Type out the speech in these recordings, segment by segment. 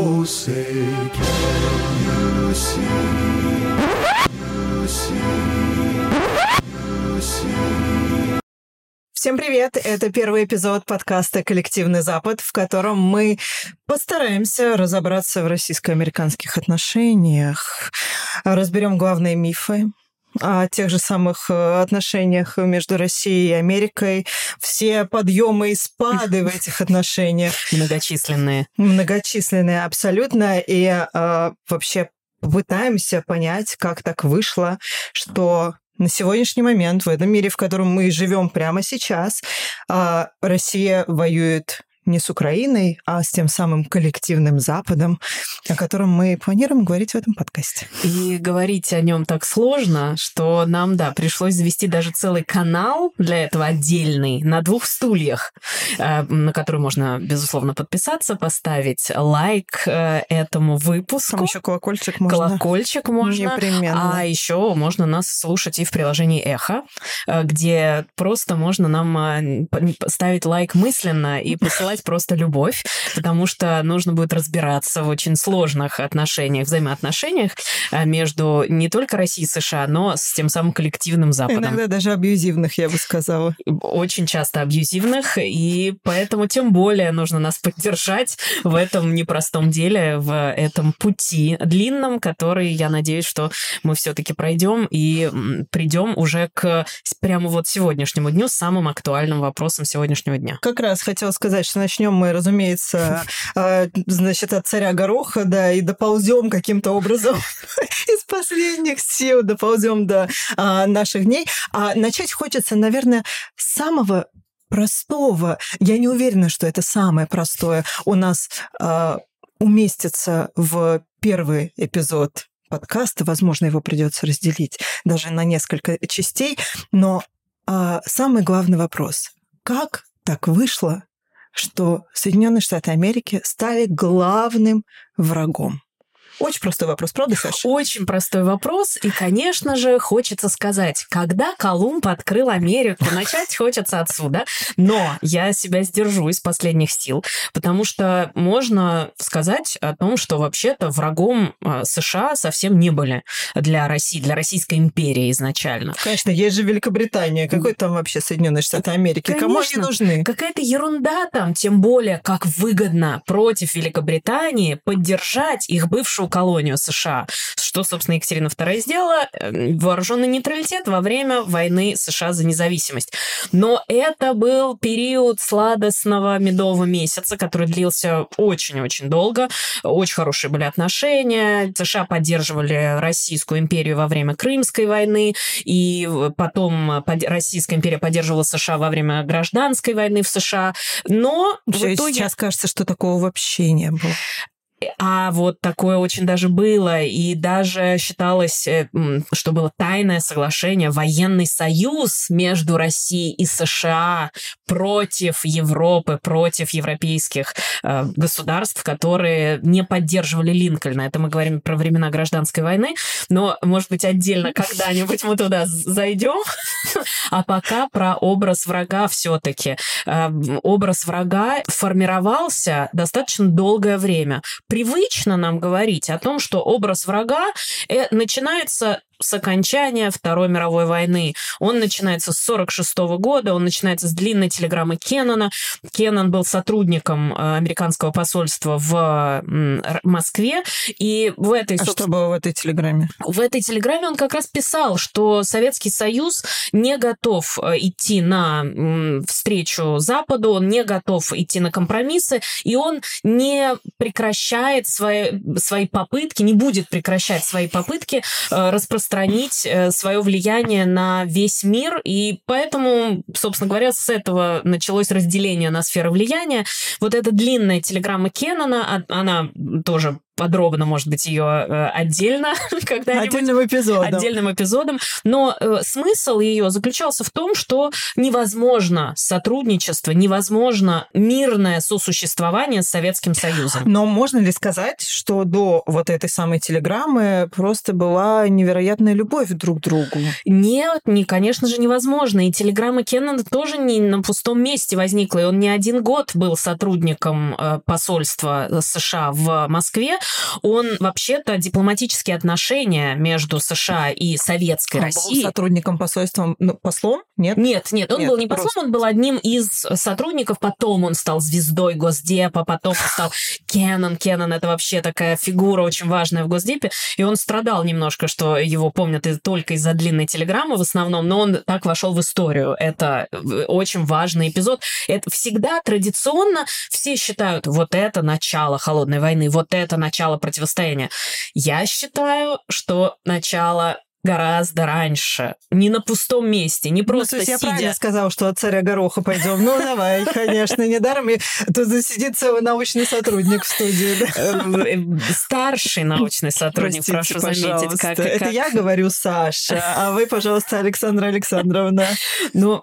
Oh, say, can you see? You see? You see? Всем привет! Это первый эпизод подкаста «Коллективный Запад», в котором мы постараемся разобраться в российско-американских отношениях, разберем главные мифы о тех же самых отношениях между Россией и Америкой, все подъемы и спады в этих отношениях. Многочисленные, абсолютно. И вообще попытаемся понять, как так вышло, что на сегодняшний момент, в этом мире, в котором мы живем прямо сейчас, Россия воюет не с Украиной, а с тем самым коллективным Западом, о котором мы планируем говорить в этом подкасте. И говорить о нем так сложно, что нам, пришлось завести даже целый канал для этого отдельный, на 2 стульях, на который можно, безусловно, подписаться, поставить лайк этому выпуску. Там еще колокольчик можно. Колокольчик можно. Непременно. А еще можно нас слушать и в приложении «Эхо», где просто можно нам ставить лайк мысленно и посылать просто любовь, потому что нужно будет разбираться в очень сложных взаимоотношениях между не только Россией и США, но с тем самым коллективным Западом. Иногда даже абьюзивных, я бы сказала. Очень часто абьюзивных, и поэтому тем более нужно нас поддержать в этом непростом деле, в этом пути длинном, который, я надеюсь, что мы все-таки пройдем и придем уже к прямо вот сегодняшнему дню, самым актуальным вопросом сегодняшнего дня. Как раз хотела сказать, что начнем мы, разумеется, от царя Гороха, и доползем каким-то образом из последних сил, доползем до наших дней. А начать хочется, наверное, с самого простого. Я не уверена, что это самое простое у нас уместится в первый эпизод подкаста. Возможно, его придется разделить даже на несколько частей. Но самый главный вопрос. Как так вышло, что Соединенные Штаты Америки стали главным врагом? Очень простой вопрос, правда, Саша? Очень простой вопрос. И, конечно же, хочется сказать, когда Колумб открыл Америку, начать хочется отсюда. Но я себя сдержу из последних сил, потому что можно сказать о том, что вообще-то врагом США совсем не были для России, для Российской империи изначально. Конечно, есть же Великобритания. Какой там вообще Соединенные Штаты Америки? Конечно, кому они нужны? Какая-то ерунда там, тем более, как выгодно против Великобритании поддержать их бывшую колонию США. Что, собственно, Екатерина II сделала? Вооруженный нейтралитет во время войны США за независимость. Но это был период сладостного медового месяца, который длился очень-очень долго. Очень хорошие были отношения. США поддерживали Российскую империю во время Крымской войны, и потом Российская империя поддерживала США во время гражданской войны в США. Но в итоге... Сейчас кажется, что такого вообще не было. А вот такое очень даже было, и даже считалось, что было тайное соглашение, военный союз между Россией и США против Европы, против европейских государств, которые не поддерживали Линкольна. Это мы говорим про времена гражданской войны, но, может быть, отдельно когда-нибудь мы туда зайдем. А пока про образ врага все-таки. Образ врага формировался достаточно долгое время. Привычно нам говорить о том, что образ врага начинается с окончания Второй мировой войны. Он начинается с 1946 года, он начинается с длинной телеграммы Кеннона. Кеннон был сотрудником американского посольства в Москве, и в этой... что было в этой телеграмме? В этой телеграмме он как раз писал, что Советский Союз не готов идти на встречу Западу, он не готов идти на компромиссы, и он не прекращает свои попытки, не будет прекращать свои попытки распространить свое влияние на весь мир, и поэтому, собственно говоря, с этого началось разделение на сферы влияния. Вот эта длинная телеграмма Кеннона, она тоже подробно, может быть, ее отдельно когда-нибудь. Отдельным эпизодом. Но смысл ее заключался в том, что невозможно сотрудничество, невозможно мирное сосуществование с Советским Союзом. Но можно ли сказать, что до вот этой самой телеграммы просто была невероятная любовь друг к другу? Нет, конечно же, невозможно. И телеграмма Кеннона тоже не на пустом месте возникла. И он не один год был сотрудником посольства США в Москве. Он вообще-то дипломатические отношения между США и Советской Россией. Был сотрудником посольства, послом? Нет? Нет, он был не послом, он был одним из сотрудников. Потом он стал звездой Госдепа, потом он стал Кеннон. Кеннон — это вообще такая фигура очень важная в Госдепе. И он страдал немножко, что его помнят только из-за длинной телеграммы в основном, но он так вошел в историю. Это очень важный эпизод. Это всегда традиционно все считают, вот это начало холодной войны, вот это начало противостояния. Я считаю, что начало гораздо раньше. Не на пустом месте, не просто то есть сидя. Я правильно сказала, что от царя Гороха пойдем. Ну, давай, конечно, недаром. Тут сидит целый научный сотрудник в студии. Старший научный сотрудник, прошу заметить. Это я говорю, Саша, а вы, пожалуйста, Александра Александровна. Ну,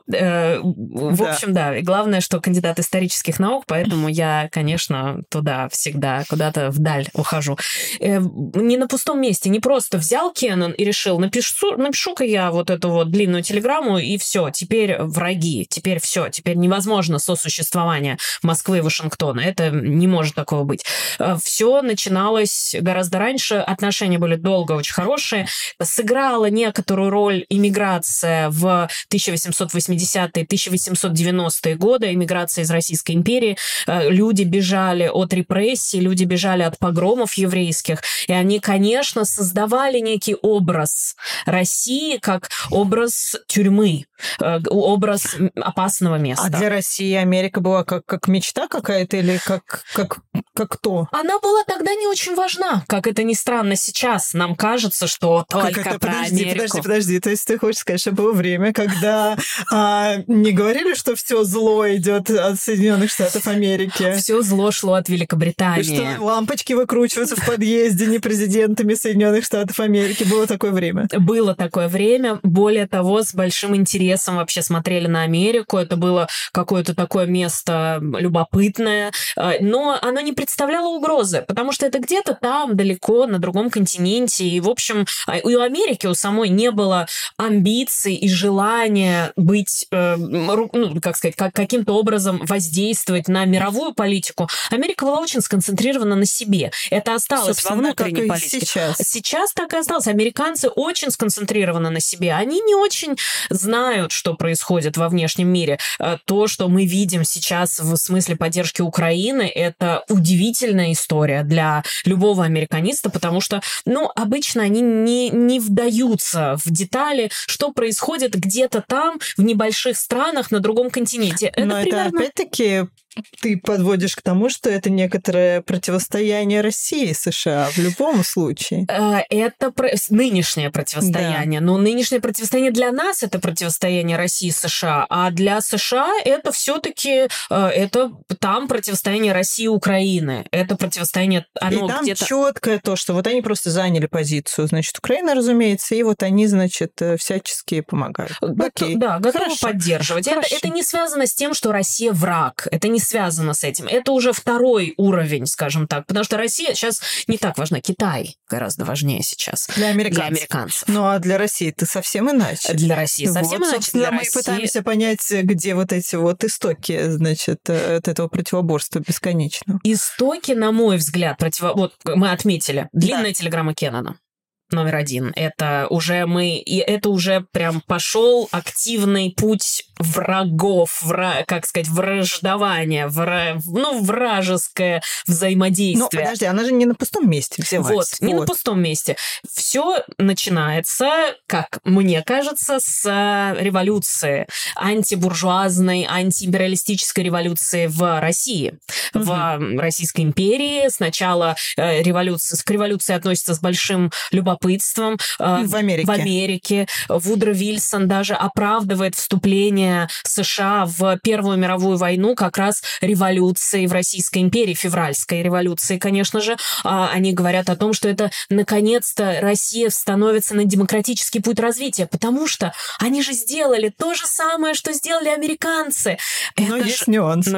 в общем, да. И главное, что кандидат исторических наук, поэтому я, конечно, туда всегда, куда-то вдаль ухожу. Не на пустом месте, не просто взял Кеннон и решил, напишу-ка я вот эту вот длинную телеграмму, и все, теперь враги, теперь все, теперь невозможно сосуществование Москвы и Вашингтона. Это не может такого быть. Все начиналось гораздо раньше, отношения были долго очень хорошие. Сыграла некоторую роль иммиграция в 1880-е, 1890-е годы, иммиграция из Российской империи. Люди бежали от репрессий, люди бежали от погромов еврейских, и они, конечно, создавали некий образ России как образ тюрьмы, образ опасного места. А для России Америка была как мечта какая-то или как кто? Она была тогда не очень важна. Как это ни странно, сейчас нам кажется, что только про Америку. Подожди. То есть ты хочешь сказать, что было время, когда не говорили, что все зло идет от Соединенных Штатов Америки? Все зло шло от Великобритании. Что лампочки выкручиваются в подъезде не президентами Соединенных Штатов Америки. Было такое время? Было такое время. Более того, с большим интересом вообще смотрели на Америку. Это было какое-то такое место любопытное. Но оно не представляло угрозы, потому что это где-то там, далеко, на другом континенте. И, в общем, у Америки у самой не было амбиций и желания быть, каким-то образом воздействовать на мировую политику. Америка была очень сконцентрирована на себе. Это осталось во внутренней политике. Сейчас так и осталось. Американцы очень сконцентрированы на себе. Они не очень знают, что происходит во внешнем мире. То, что мы видим сейчас в смысле поддержки Украины, это удивительная история для любого американиста, потому что, обычно они не вдаются в детали, что происходит где-то там, в небольших странах, на другом континенте. Но это опять-таки ты подводишь к тому, что это некоторое противостояние России и США в любом случае. Это нынешнее противостояние. Да. Но нынешнее противостояние для нас — это противостояние России и США, а для США это все-таки там противостояние России и Украины. Это противостояние, оно и там где-то... четкое то, что вот они просто заняли позицию, значит, Украина, разумеется, и вот они, значит, всячески помогают. Окей. Да, готовы поддерживать. Это не связано с тем, что Россия враг. Это не связано с этим. Это уже второй уровень, скажем так, потому что Россия сейчас не так важна. Китай гораздо важнее сейчас. Для американцев. Ну, а для России это совсем иначе. Для России совсем иначе. Для мы пытаемся понять, где вот эти вот истоки, значит, от этого противоборства бесконечного. Истоки, на мой взгляд, вот мы отметили. Длинная телеграмма Кеннона. Номер 1. Это уже прям пошел активный путь врагов, враждования, вражеское взаимодействие. Ну, подожди, она же не на пустом месте взялась. Не на пустом месте. Все начинается, как мне кажется, с революции, антибуржуазной, антиимпериалистической революции в России. В Российской империи сначала к революции относится с большим любопытством, любопытством. В Америке. Вудро Вильсон даже оправдывает вступление США в Первую мировую войну как раз революцией в Российской империи, февральской революции, конечно же. Они говорят о том, что это, наконец-то, Россия становится на демократический путь развития, потому что они же сделали то же самое, что сделали американцы. Но есть нюанс.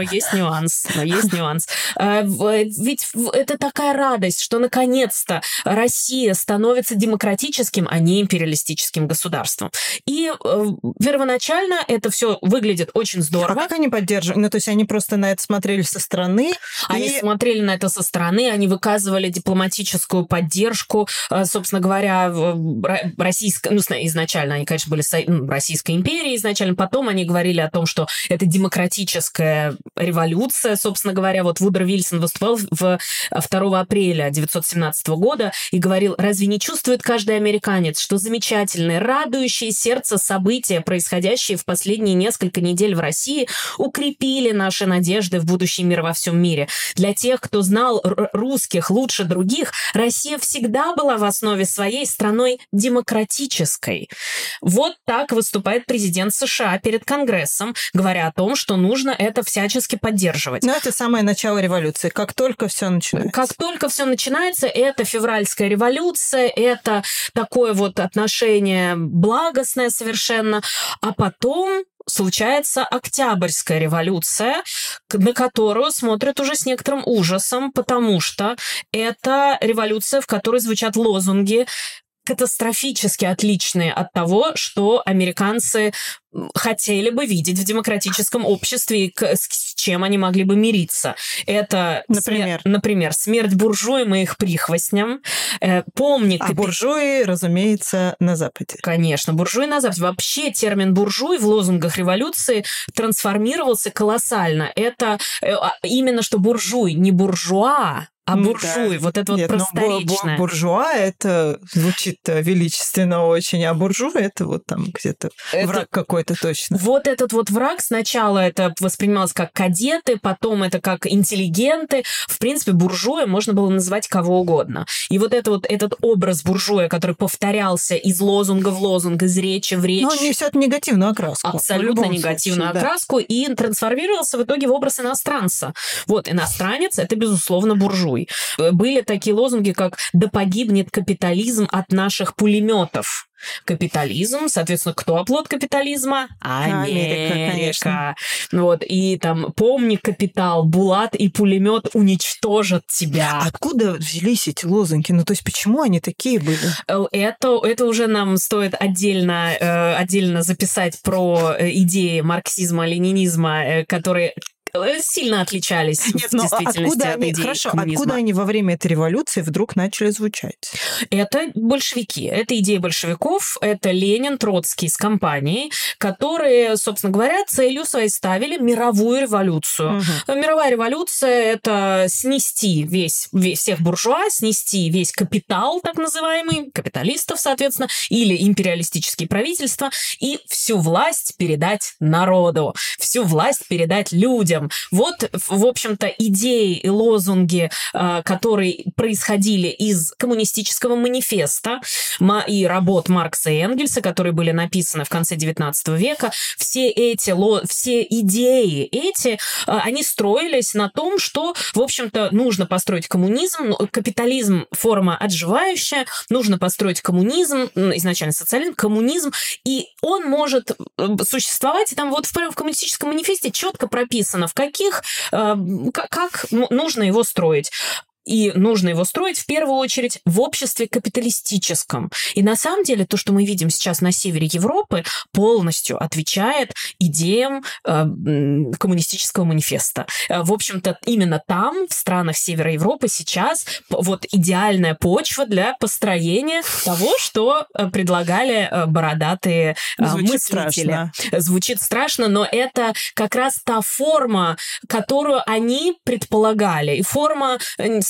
Ведь это такая радость, что, наконец-то, Россия становится демократическим, а не империалистическим государством. И первоначально это все выглядит очень здорово. А как они поддерживали? Ну, то есть они просто на это смотрели со стороны? Они смотрели на это со стороны, они выказывали дипломатическую поддержку, собственно говоря, российской... Ну, изначально они, конечно, были Российской империей изначально, потом они говорили о том, что это демократическая революция, собственно говоря. Вот Вудро Вильсон выступал 2 апреля 1917 года и говорил: разве не чувствует каждый американец, что замечательные, радующие сердце события, происходящие в последние несколько недель в России, укрепили наши надежды в будущий мир во всем мире. Для тех, кто знал русских лучше других, Россия всегда была в основе своей страной демократической. Вот так выступает президент США перед Конгрессом, говоря о том, что нужно это всячески поддерживать. Но это самое начало революции. Как только все начинается, это февральская революция, это такое вот отношение благостное совершенно, а потом случается Октябрьская революция, на которую смотрят уже с некоторым ужасом, потому что это революция, в которой звучат лозунги, катастрофически отличные от того, что американцы хотели бы видеть в демократическом обществе и с чем они могли бы мириться. Это, например, смерть буржуям и их прихвостням. Буржуи, разумеется, на Западе. Конечно, буржуи на Западе. Вообще термин «буржуй» в лозунгах революции трансформировался колоссально. Это именно что буржуй, не буржуа, а буржуй, да. Вот это вот просторечное. Буржуа, это звучит величественно очень, а буржуй это вот там где-то враг какой-то точно. Вот этот вот враг, сначала это воспринималось как кадеты, потом это как интеллигенты. В принципе, буржуя можно было называть кого угодно. И вот этот образ буржуя, который повторялся из лозунга в лозунг, из речи в речь. Но он несет негативную окраску. Абсолютно негативную окраску, и трансформировался в итоге в образ иностранца. Вот, иностранец — это, безусловно, буржуй. Были такие лозунги, как «Да погибнет капитализм от наших пулеметов». Капитализм, соответственно, кто оплот капитализма? Америка. Вот, и там «Помни, капитал, булат и пулемет уничтожат тебя». Откуда взялись эти лозунги? Ну, то есть, почему они такие были? Это уже нам стоит отдельно записать про идеи марксизма, ленинизма, которые сильно отличались в действительности от идей коммунизма. Откуда они во время этой революции вдруг начали звучать? Это большевики, это идеи большевиков, это Ленин, Троцкий с компанией, которые, собственно говоря, целью своей ставили мировую революцию. Мировая революция — это снести всех буржуа, снести весь капитал, так называемый, капиталистов, соответственно, или империалистические правительства, и всю власть передать народу, всю власть передать людям. Вот, в общем-то, идеи и лозунги, которые происходили из коммунистического манифеста и работ Маркса и Энгельса, которые были написаны в конце XIX века, все идеи они строились на том, что, в общем-то, нужно построить коммунизм, капитализм — форма отживающая, нужно построить коммунизм, изначально социализм, коммунизм, и он может существовать, и там вот в коммунистическом манифесте четко прописано, как нужно его строить. И нужно его строить в первую очередь в обществе капиталистическом. И на самом деле то, что мы видим сейчас на севере Европы, полностью отвечает идеям коммунистического манифеста. В общем-то, именно там, в странах севера Европы, сейчас вот идеальная почва для построения того, что предлагали бородатые мыслители. Звучит страшно, но это как раз та форма, которую они предполагали. И форма совсем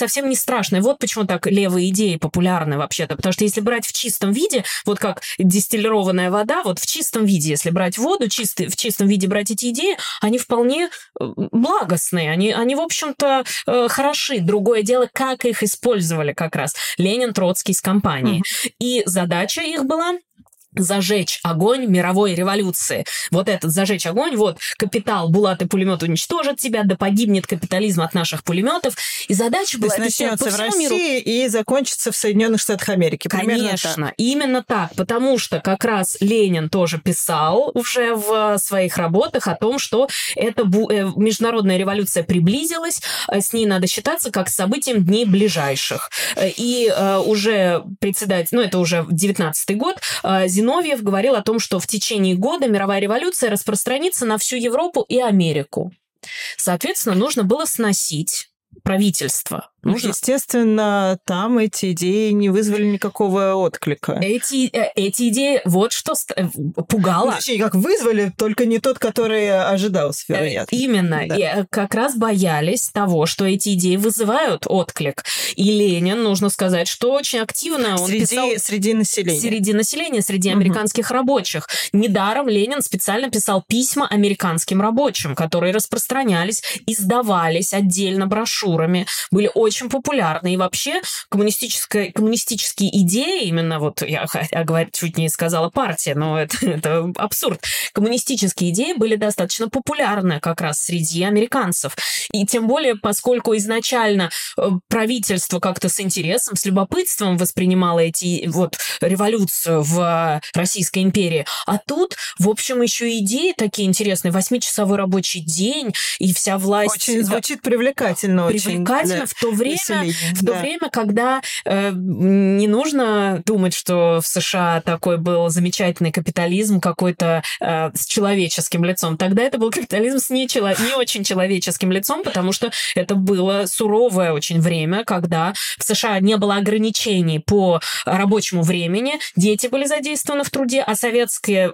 совсем не страшное. Вот почему так левые идеи популярны вообще-то. Потому что если брать в чистом виде, вот как дистиллированная вода, вот в чистом виде, если брать воду, в чистом виде брать эти идеи, они вполне благостные, они в общем-то, хороши. Другое дело, как их использовали как раз Ленин, Троцкий с компанией. И задача их была зажечь огонь мировой революции. Вот этот зажечь огонь, вот капитал, булат и пулемет уничтожат тебя, да погибнет капитализм от наших пулеметов. И задача была... То есть начнется в России и закончится в Соединенных Штатах Америки. Конечно, именно так, потому что как раз Ленин тоже писал уже в своих работах о том, что эта международная революция приблизилась, с ней надо считаться как с событием дней ближайших. И уже председатель, это уже 19-й год, Зиновьев говорил о том, что в течение года мировая революция распространится на всю Европу и Америку. Соответственно, нужно было сносить правительство. Естественно, там эти идеи не вызвали никакого отклика. Эти идеи вот что пугало. Точнее, как вызвали, только не тот, который ожидался, вероятно. Именно. Да. И как раз боялись того, что эти идеи вызывают отклик. И Ленин, нужно сказать, что очень активно он писал... Среди населения. Среди населения, среди американских рабочих. Недаром Ленин специально писал письма американским рабочим, которые распространялись, издавались отдельно брошюрами, были очень популярны. И вообще коммунистические идеи, именно вот я чуть не сказала партия, но это абсурд. Коммунистические идеи были достаточно популярны как раз среди американцев. И тем более, поскольку изначально правительство как-то с интересом, с любопытством воспринимало революцию в Российской империи, а тут, в общем, еще идеи такие интересные. 8-часовой рабочий день, и вся власть... Очень звучит привлекательно. Привлекательно в то время, когда не нужно думать, что в США такой был замечательный капитализм какой-то с человеческим лицом. Тогда это был капитализм с не очень человеческим лицом, потому что это было суровое очень время, когда в США не было ограничений по рабочему времени, дети были задействованы в труде, а советская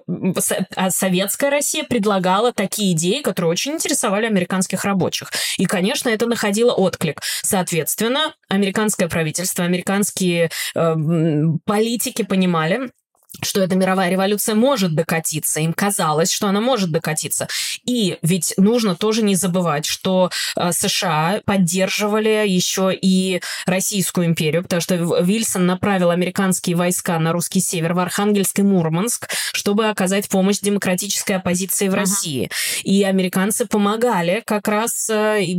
Россия предлагала такие идеи, которые очень интересовали американских рабочих. И, конечно, это находило отклик. Соответственно, американское правительство, американские политики понимали, что эта мировая революция может докатиться. Им казалось, что она может докатиться. И ведь нужно тоже не забывать, что США поддерживали еще и Российскую империю, потому что Вильсон направил американские войска на русский север, в Архангельск и Мурманск, чтобы оказать помощь демократической оппозиции в России. И американцы помогали как раз, они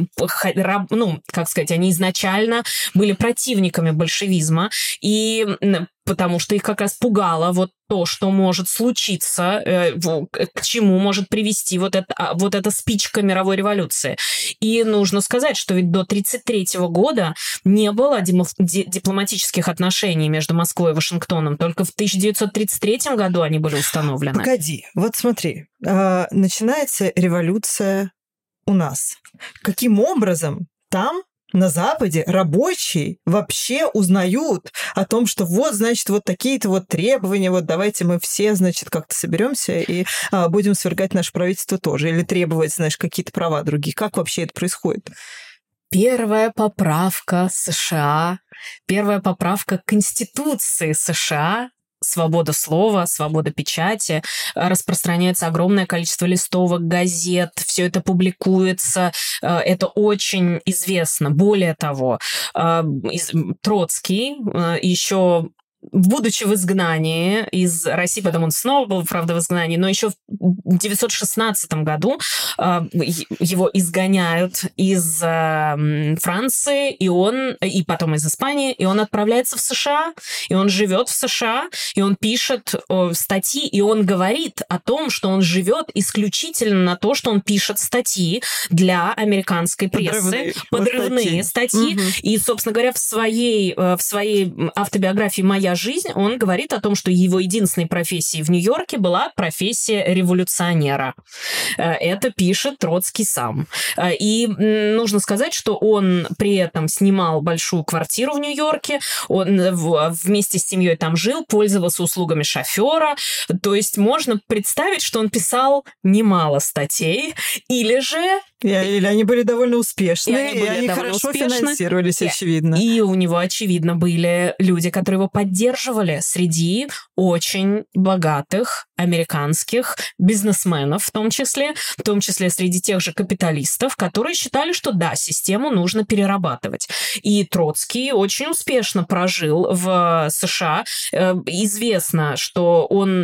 изначально были противниками большевизма, и потому что их как раз пугало вот то, что может случиться, к чему может привести вот эта спичка мировой революции. И нужно сказать, что ведь до 1933 года не было дипломатических отношений между Москвой и Вашингтоном. Только в 1933 году они были установлены. Погоди, вот смотри. Начинается революция у нас. Каким образом там на Западе рабочие вообще узнают о том, что вот, значит, вот такие-то вот требования, вот давайте мы все, значит, как-то соберемся и будем свергать наше правительство тоже, или требовать, знаешь, какие-то права другие. Как вообще это происходит? Первая поправка США, первая поправка к Конституции США, свобода слова, свобода печати, распространяется огромное количество листовок, газет, все это публикуется, это очень известно. Более того, Троцкий еще будучи в изгнании из России, потом он снова был, правда, в изгнании, но еще в 1916 году его изгоняют из Франции, и потом из Испании, и он отправляется в США, и он живет в США, и он пишет статьи, и он говорит о том, что он живет исключительно на то, что он пишет статьи для американской прессы, подрывные статьи. И, собственно говоря, в своей автобиографии «Моя жизнь» он говорит о том, что его единственной профессией в Нью-Йорке была профессия революционера. Это пишет Троцкий сам. И нужно сказать, что он при этом снимал большую квартиру в Нью-Йорке, он вместе с семьей там жил, пользовался услугами шофера. То есть можно представить, что он писал немало статей, или же Или они были довольно успешны, И они были довольно хорошо успешны. финансировались, очевидно. И у него, очевидно, были люди, которые его поддерживали среди очень богатых американских бизнесменов, в том числе среди тех же капиталистов, которые считали, что да, систему нужно перерабатывать. И Троцкий очень успешно прожил в США. Известно, что он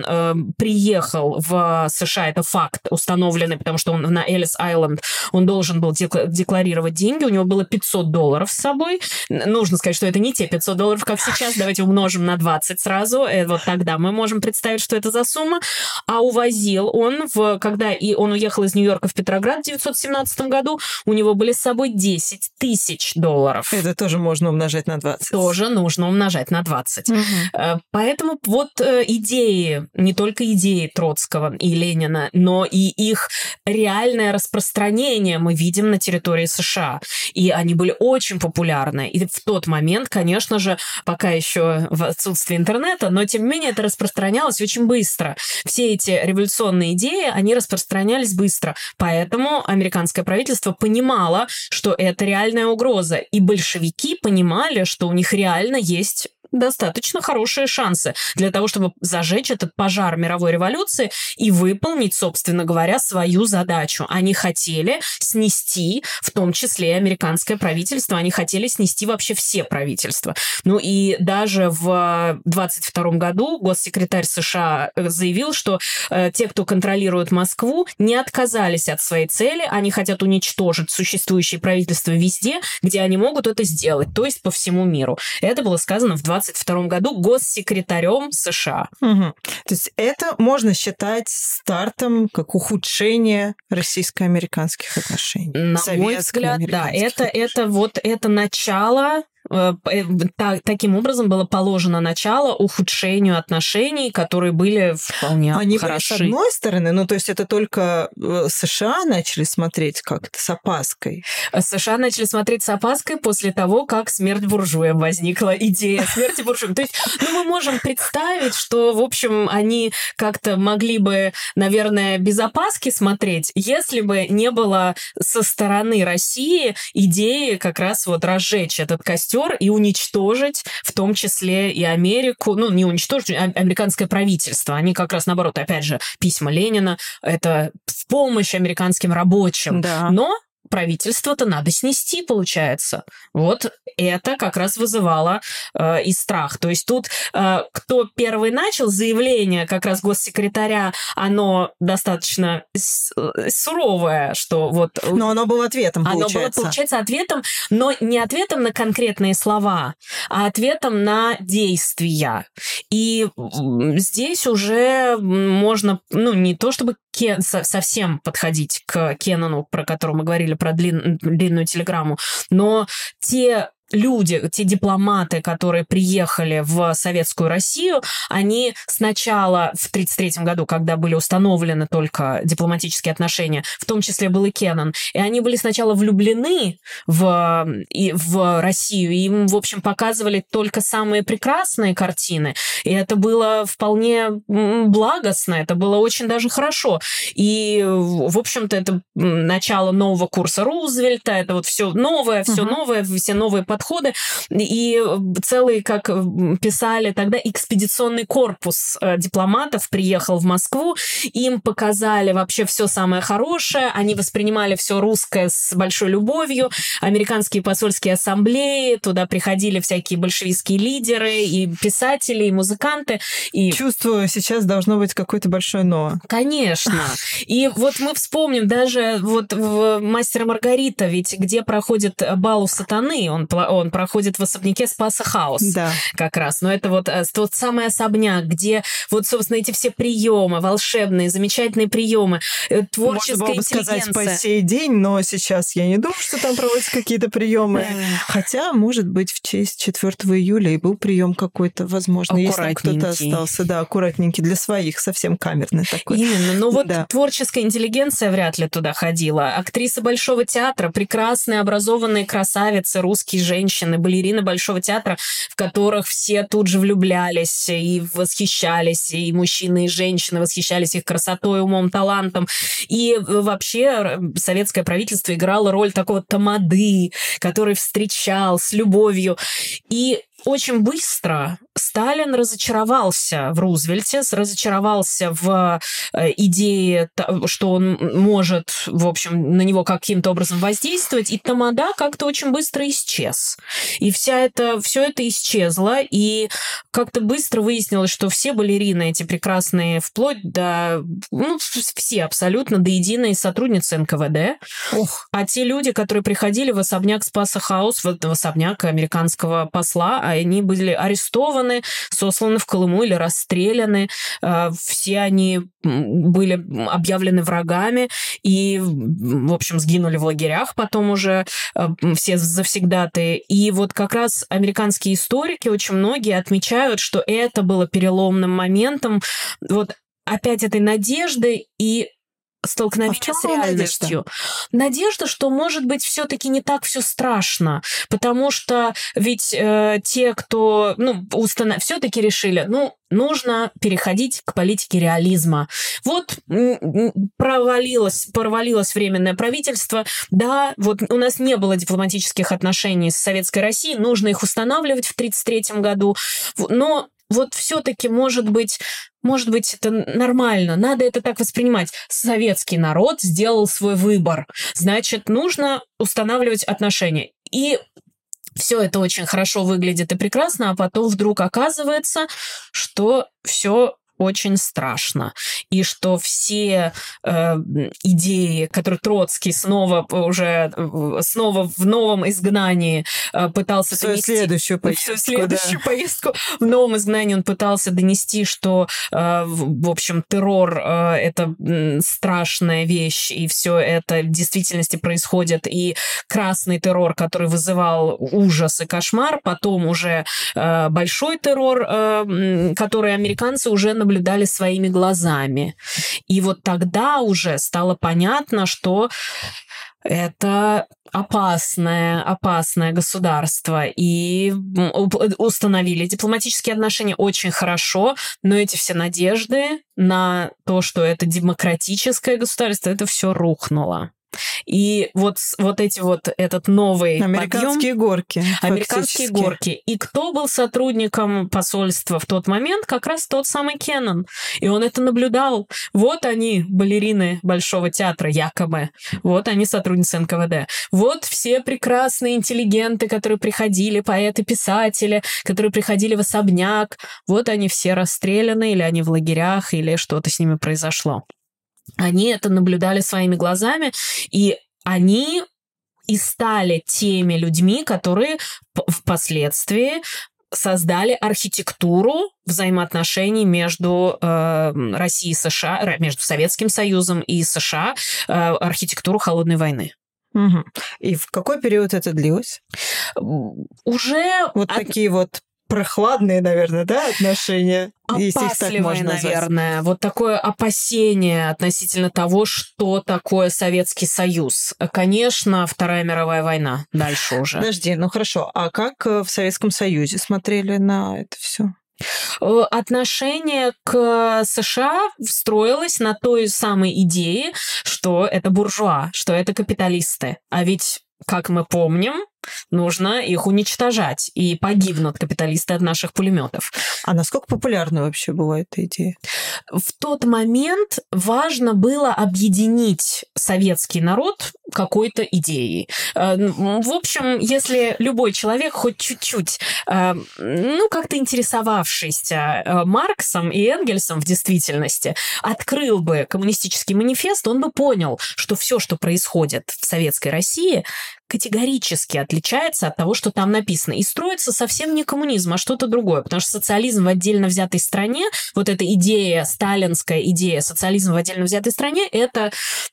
приехал в США, это факт установленный, потому что он на Эллис-Айленд, он должен был декларировать деньги, у него было $500 с собой. Нужно сказать, что это не те $500, как сейчас, давайте умножим на 20 сразу, вот тогда мы можем представить, что это за сумма. А увозил он, когда он уехал из Нью-Йорка в Петроград в 1917 году, у него были с собой $10 тысяч. Это тоже можно умножать на 20. Тоже нужно умножать на 20. Поэтому вот идеи, не только идеи Троцкого и Ленина, но и их реальное распространение мы видим на территории США. И они были очень популярны. И в тот момент, конечно же, пока еще в отсутствии интернета, но тем не менее это распространялось очень быстро. Все эти революционные идеи, они распространялись быстро. Поэтому американское правительство понимало, что это реальная угроза. И большевики понимали, что у них реально есть достаточно хорошие шансы для того, чтобы зажечь этот пожар мировой революции и выполнить, собственно говоря, свою задачу. Они хотели снести, в том числе и американское правительство, они хотели снести вообще все правительства. Ну и даже в 22 году госсекретарь США заявил, что те, кто контролирует Москву, не отказались от своей цели, они хотят уничтожить существующие правительства везде, где они могут это сделать, то есть по всему миру. Это было сказано в 22 году госсекретарем США. То есть это можно считать стартом как ухудшение российско-американских отношений. На мой взгляд, да, это начало. Таким образом было положено начало ухудшению отношений, которые были вполне Они хороши. были, с одной стороны, то есть это только США начали смотреть как-то с опаской. США начали смотреть с опаской после того, как смерть буржуям возникла, идея смерти буржуям. То есть, мы можем представить, что, в общем, они как-то могли бы, наверное, без опаски смотреть, если бы не было со стороны России идеи как раз вот разжечь этот костер и уничтожить, в том числе и Америку, не уничтожить, а американское правительство. Они как раз, наоборот, опять же, письма Ленина, это в помощь американским рабочим. Да. Но правительство-то надо снести, получается. Вот это как раз вызывало и страх. То есть тут кто первый начал заявление как раз госсекретаря, оно достаточно суровое, что вот... Но оно было ответом, получается. Оно было, получается, ответом, но не ответом на конкретные слова, а ответом на действия. И здесь уже можно, не то чтобы совсем подходить к Кеннону, про которого мы говорили, про длинную телеграмму, но те люди, те дипломаты, которые приехали в Советскую Россию, они сначала в 1933 году, когда были установлены только дипломатические отношения, в том числе был и Кеннон, и они были сначала влюблены в Россию, и им, в общем, показывали только самые прекрасные картины, и это было вполне благостно, это было очень даже хорошо. И, в общем-то, это начало нового курса Рузвельта, это вот все новое, все новые подходы, и целый, как писали тогда, экспедиционный корпус дипломатов приехал в Москву, им показали вообще все самое хорошее, они воспринимали все русское с большой любовью, американские посольские ассамблеи, туда приходили всякие большевистские лидеры, и писатели, и музыканты. И... Чувствую, сейчас должно быть какое-то большое «но». Конечно. И вот мы вспомним даже вот в «Мастер и Маргарита», ведь где проходит бал у сатаны, он проходит в особняке Спаса Хаус. Да. Как раз. Но это вот тот самый особняк, где вот, собственно, эти все приемы, волшебные, замечательные приемы, творческая Можно было бы интеллигенция. сказать по сей день, но сейчас я не думаю, что там проводятся какие-то приемы. Хотя, может быть, в честь 4 июля и был прием какой-то, возможно, если там кто-то остался. Да, аккуратненький, для своих, совсем камерный такой. Именно. Но вот творческая интеллигенция вряд ли туда ходила. Актрисы Большого театра, прекрасные, образованные красавицы, русские женщины, женщины, балерины Большого театра, в которых все тут же влюблялись и восхищались, и мужчины, и женщины восхищались их красотой, умом, талантом. И вообще советское правительство играло роль такого тамады, который встречал с любовью. И очень быстро Сталин разочаровался в Рузвельте, разочаровался в идее, что он может, в общем, на него каким-то образом воздействовать, и тамада как-то очень быстро исчез. И все это исчезло, и как-то быстро выяснилось, что все балерины эти прекрасные, вплоть до, все абсолютно до единой сотрудницы НКВД, а те люди, которые приходили в особняк Спаса Хаус, в особняк американского посла, они были арестованы, сосланы в Колыму или расстреляны. Все они были объявлены врагами и, в общем, сгинули в лагерях потом уже все завсегдатые. И вот как раз американские историки, очень многие отмечают, что это было переломным моментом вот опять этой надежды и столкновение с реальностью. Надежда, что, может быть, все-таки не так все страшно, потому что ведь те, кто все-таки решили, нужно переходить к политике реализма. Вот провалилось Временное правительство, да, вот у нас не было дипломатических отношений с Советской Россией, нужно их устанавливать в 1933 году, но вот все-таки, может быть, это нормально, надо это так воспринимать. Советский народ сделал свой выбор, значит, нужно устанавливать отношения. И все это очень хорошо выглядит и прекрасно, а потом вдруг оказывается, что все очень страшно. И что все идеи, которые Троцкий снова в новом изгнании пытался донести... Следующую поездку. В новом изгнании он пытался донести, что, в общем, террор — это страшная вещь, и все это в действительности происходит. И красный террор, который вызывал ужас и кошмар, потом уже большой террор, который американцы уже наблюдали своими глазами. И вот тогда уже стало понятно, что это опасное государство. И установили дипломатические отношения очень хорошо, но эти все надежды на то, что это демократическое государство, это все рухнуло. И вот этот новый Американские горки. Американские горки. И кто был сотрудником посольства в тот момент? Как раз тот самый Кеннон. И он это наблюдал. Вот они, балерины Большого театра, якобы. Вот они, сотрудницы НКВД. Вот все прекрасные интеллигенты, которые приходили, поэты, писатели, которые приходили в особняк. Вот они все расстреляны, или они в лагерях, или что-то с ними произошло. Они это наблюдали своими глазами, и они и стали теми людьми, которые впоследствии создали архитектуру взаимоотношений между Россией и США, между Советским Союзом и США, архитектуру холодной войны. Угу. И в какой период это длилось? Уже... такие вот прохладные, наверное, да, отношения? Опасливые, если их так можно назвать. Наверное. Вот такое опасение относительно того, что такое Советский Союз. Конечно, Вторая мировая война. Дальше уже. Подожди, хорошо. А как в Советском Союзе смотрели на это все? Отношение к США строилось на той самой идее, что это буржуа, что это капиталисты. А ведь, как мы помним, нужно их уничтожать, и погибнут капиталисты от наших пулеметов. А насколько популярна вообще была эта идея? В тот момент важно было объединить советский народ какой-то идеей. В общем, если любой человек хоть чуть-чуть, как-то интересовавшийся Марксом и Энгельсом в действительности, открыл бы коммунистический манифест, он бы понял, что все, что происходит в Советской России, категорически отличается от того, что там написано. И строится совсем не коммунизм, а что-то другое. Потому что социализм в отдельно взятой стране, вот эта идея, сталинская идея социализма в отдельно взятой стране, это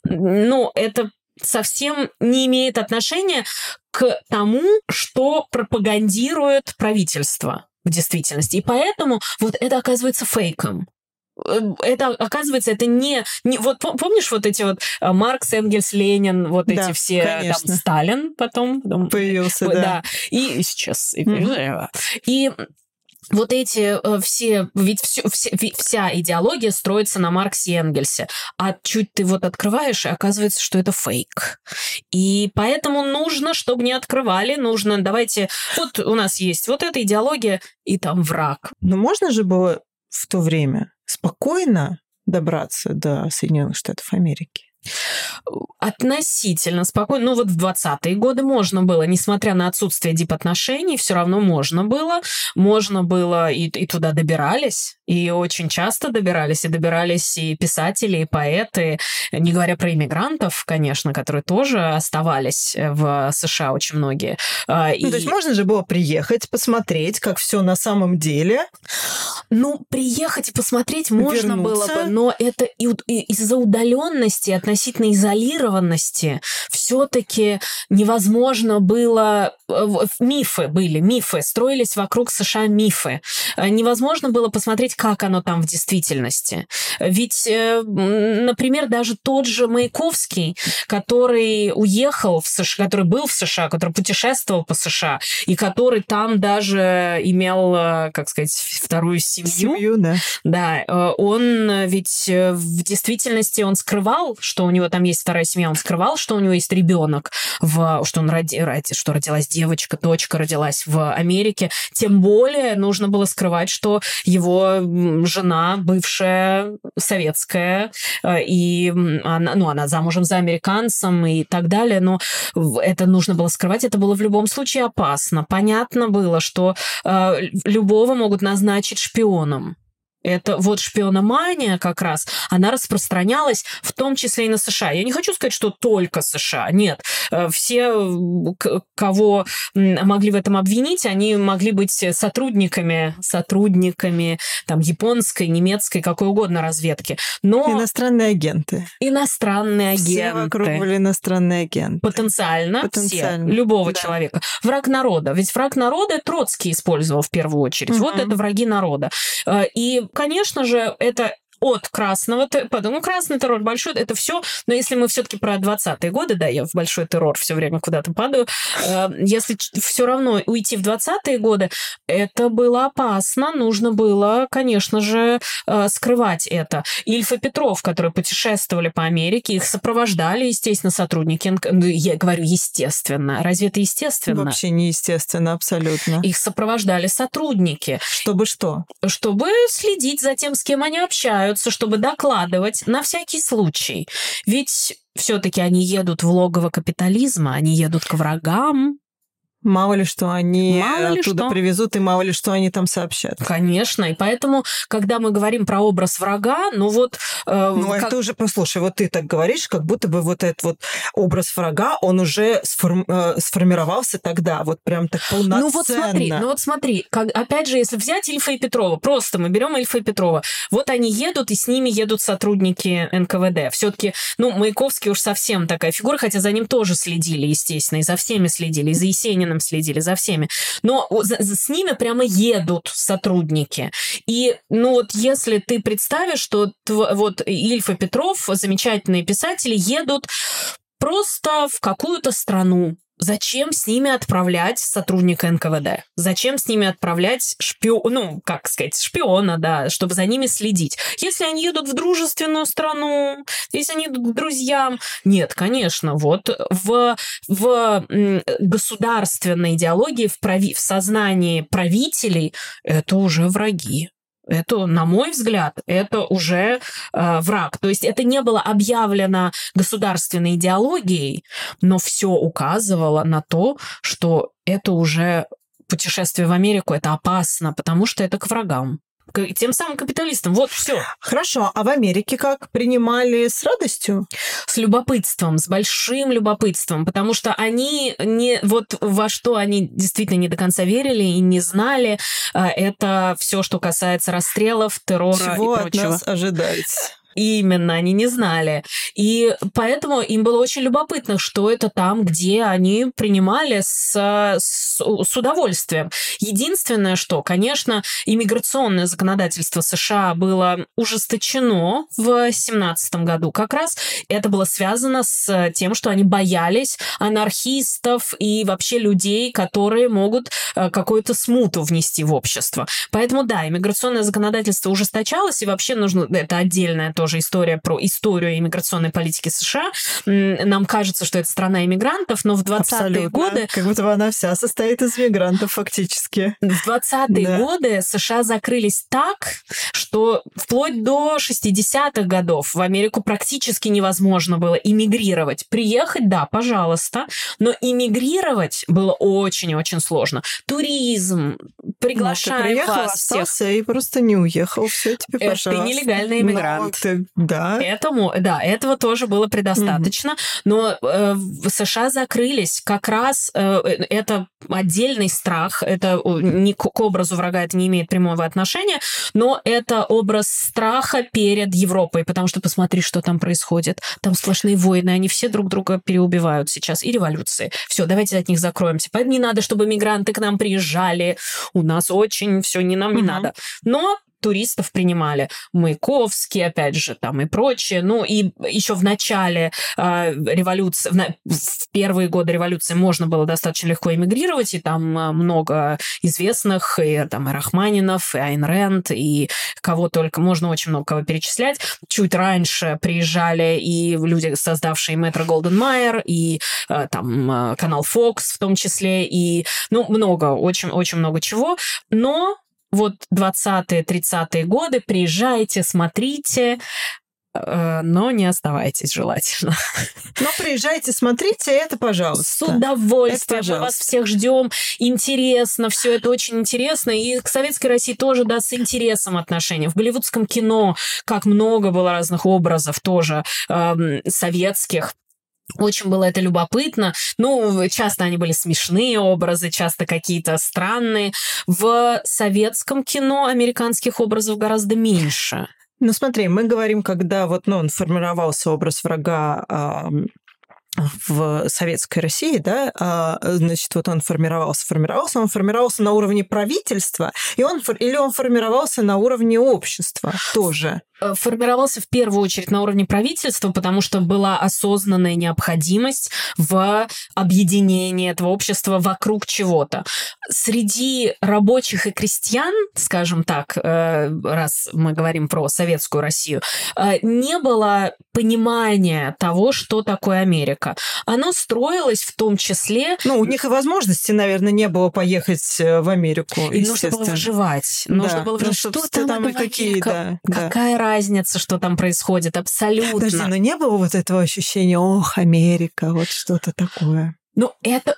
совсем не имеет отношения к тому, что пропагандирует правительство в действительности. И поэтому вот это оказывается фейком. это, оказывается, это не... Вот помнишь вот эти вот Маркс, Энгельс, Ленин, вот Да, эти все, конечно. там, Сталин потом Появился, да. и сейчас. И вот эти все, ведь вся идеология строится на Марксе и Энгельсе, а чуть ты вот открываешь, и оказывается, что это фейк. И поэтому нужно, чтобы не открывали, нужно, давайте, вот у нас есть вот эта идеология, и там враг. Но можно же было в то время спокойно добраться до Соединенных Штатов Америки? Относительно спокойно. Ну вот в 20-е годы можно было, несмотря на отсутствие дипотношений, все равно можно было. Можно было и туда добирались, и очень часто добирались, и писатели, и поэты, не говоря про иммигрантов, конечно, которые тоже оставались в США очень многие. То есть можно же было приехать, посмотреть, как все на самом деле. Ну, приехать и посмотреть можно было бы, но это из-за удаленности, относительно изолированности, все-таки невозможно было. Мифы строились вокруг США, мифы. Невозможно было посмотреть, как оно там в действительности. Ведь, например, даже тот же Маяковский, который уехал в США, который был в США, который путешествовал по США, и который там даже имел, как сказать, вторую семью. Да. Да, он ведь в действительности он скрывал, что у него там есть вторая семья, он скрывал, что у него есть ребенок, что родилась девочка, дочка родилась в Америке. Тем более нужно было скрывать, что его жена бывшая советская, и она замужем за американцем и так далее, но это нужно было скрывать, это было в любом случае опасно. Понятно было, что любого могут назначить шпионом. Это вот шпиономания как раз, она распространялась в том числе и на США. Я не хочу сказать, что только США. Нет. Все, кого могли в этом обвинить, они могли быть сотрудниками там, японской, немецкой, какой угодно разведки. Но иностранные агенты. Все вокруг были иностранные агенты. Потенциально. Все. Любого человека. Враг народа. Ведь враг народа Троцкий использовал в первую очередь. Вот это враги народа. И конечно же, это от красного, красный террор, большой, это все. Но если мы все-таки про 20-е годы, да, я в большой террор все время куда-то падаю, если все равно уйти в 20-е годы, это было опасно, нужно было, конечно же, скрывать это. Ильф и Петров, которые путешествовали по Америке, их сопровождали, естественно, сотрудники. Я говорю, естественно. Разве это естественно? Вообще не естественно, абсолютно. Их сопровождали сотрудники. Чтобы что? Чтобы следить за тем, с кем они общаются, чтобы докладывать на всякий случай. Ведь все-таки они едут в логово капитализма, они едут к врагам. Мало ли, что они оттуда привезут, и мало ли, что они там сообщат. Конечно, и поэтому, когда мы говорим про образ врага, это уже, послушай, вот ты так говоришь, как будто бы вот этот вот образ врага, он уже сформировался тогда, вот прям так полноценно. Ну вот смотри, опять же, если взять Ильфа и Петрова, просто мы берем Ильфа и Петрова, вот они едут, и с ними едут сотрудники НКВД. Все-таки, Маяковский уж совсем такая фигура, хотя за ним тоже следили, естественно, и за всеми следили, и за Есениным следили, за всеми. Но с ними прямо едут сотрудники. И, если ты представишь, что вот Ильф и Петров, замечательные писатели, едут просто в какую-то страну. Зачем с ними отправлять сотрудника НКВД? Зачем с ними отправлять шпиона, да, чтобы за ними следить? Если они едут в дружественную страну, если они едут к друзьям... Нет, конечно, вот в государственной идеологии, в сознании правителей это уже враги. Это, на мой взгляд, это уже враг. То есть это не было объявлено государственной идеологией, но все указывало на то, что это уже путешествие в Америку, это опасно, потому что это к врагам. К тем самым капиталистам. Вот все. Хорошо. А в Америке как? Принимали с радостью? С любопытством, с большим любопытством, потому что они во что они действительно не до конца верили и не знали, это все, что касается расстрелов, террора чего и прочего. От нас ожидать? Именно, они не знали. И поэтому им было очень любопытно, что это там, где они принимали с удовольствием. Единственное, что, конечно, иммиграционное законодательство США было ужесточено в 2017 году как раз. Это было связано с тем, что они боялись анархистов и вообще людей, которые могут какую-то смуту внести в общество. Поэтому, да, иммиграционное законодательство ужесточалось, и вообще нужно... Это отдельная тоже история про историю иммиграционной политики США. Нам кажется, что это страна иммигрантов, но в 20-е годы... Как будто бы она вся состоит из мигрантов фактически. В 20-е годы США закрылись так, что вплоть до 60-х годов в Америку практически невозможно было иммигрировать. Приехать, да, пожалуйста, но иммигрировать было очень-очень сложно. Туризм, приглашаем вас всех. Остался и просто не уехал. Все, тебе, пожалуйста. Ты нелегальный иммигрант. Да. Этого тоже было предостаточно. Но в США закрылись. Как раз это отдельный страх. Это к образу врага это не имеет прямого отношения, но это образ страха перед Европой, потому что посмотри, что там происходит. Там сплошные войны, они все друг друга переубивают сейчас, и революции. Все, давайте от них закроемся. Поэтому не надо, чтобы мигранты к нам приезжали. У нас очень все нам не надо. Но туристов принимали. Маяковский, опять же, там и прочее. Ну, и еще в начале революции, в первые годы революции можно было достаточно легко эмигрировать, и там много известных, и там и Рахманинов, и Айн Рэнд, и кого только, можно очень много кого перечислять. Чуть раньше приезжали и люди, создавшие Метро Голден Майер, и там канал Fox в том числе, и, много, очень много чего. Но вот 20-е, 30-е годы, приезжайте, смотрите, но не оставайтесь желательно. Но приезжайте, смотрите, это пожалуйста. С удовольствием. Мы вас всех ждем. Интересно, все это очень интересно. И к Советской России тоже, да, с интересом отношения. В голливудском кино как много было разных образов тоже советских. Очень было это любопытно. Часто они были смешные образы, часто какие-то странные. В советском кино американских образов гораздо меньше. Смотри, мы говорим, когда он формировался образ врага в Советской России, да, значит, он формировался на уровне правительства, или он формировался на уровне общества тоже? Формировался в первую очередь на уровне правительства, потому что была осознанная необходимость в объединении этого общества вокруг чего-то. Среди рабочих и крестьян, скажем так, раз мы говорим про Советскую Россию, не было понимания того, что такое Америка. Оно строилось в том числе... у них и возможности, наверное, не было поехать в Америку, и нужно было выживать. Нужно было выживать. Что там и какие, какая разница, что там происходит, абсолютно. Подожди, не было вот этого ощущения, Америка, вот что-то такое? Это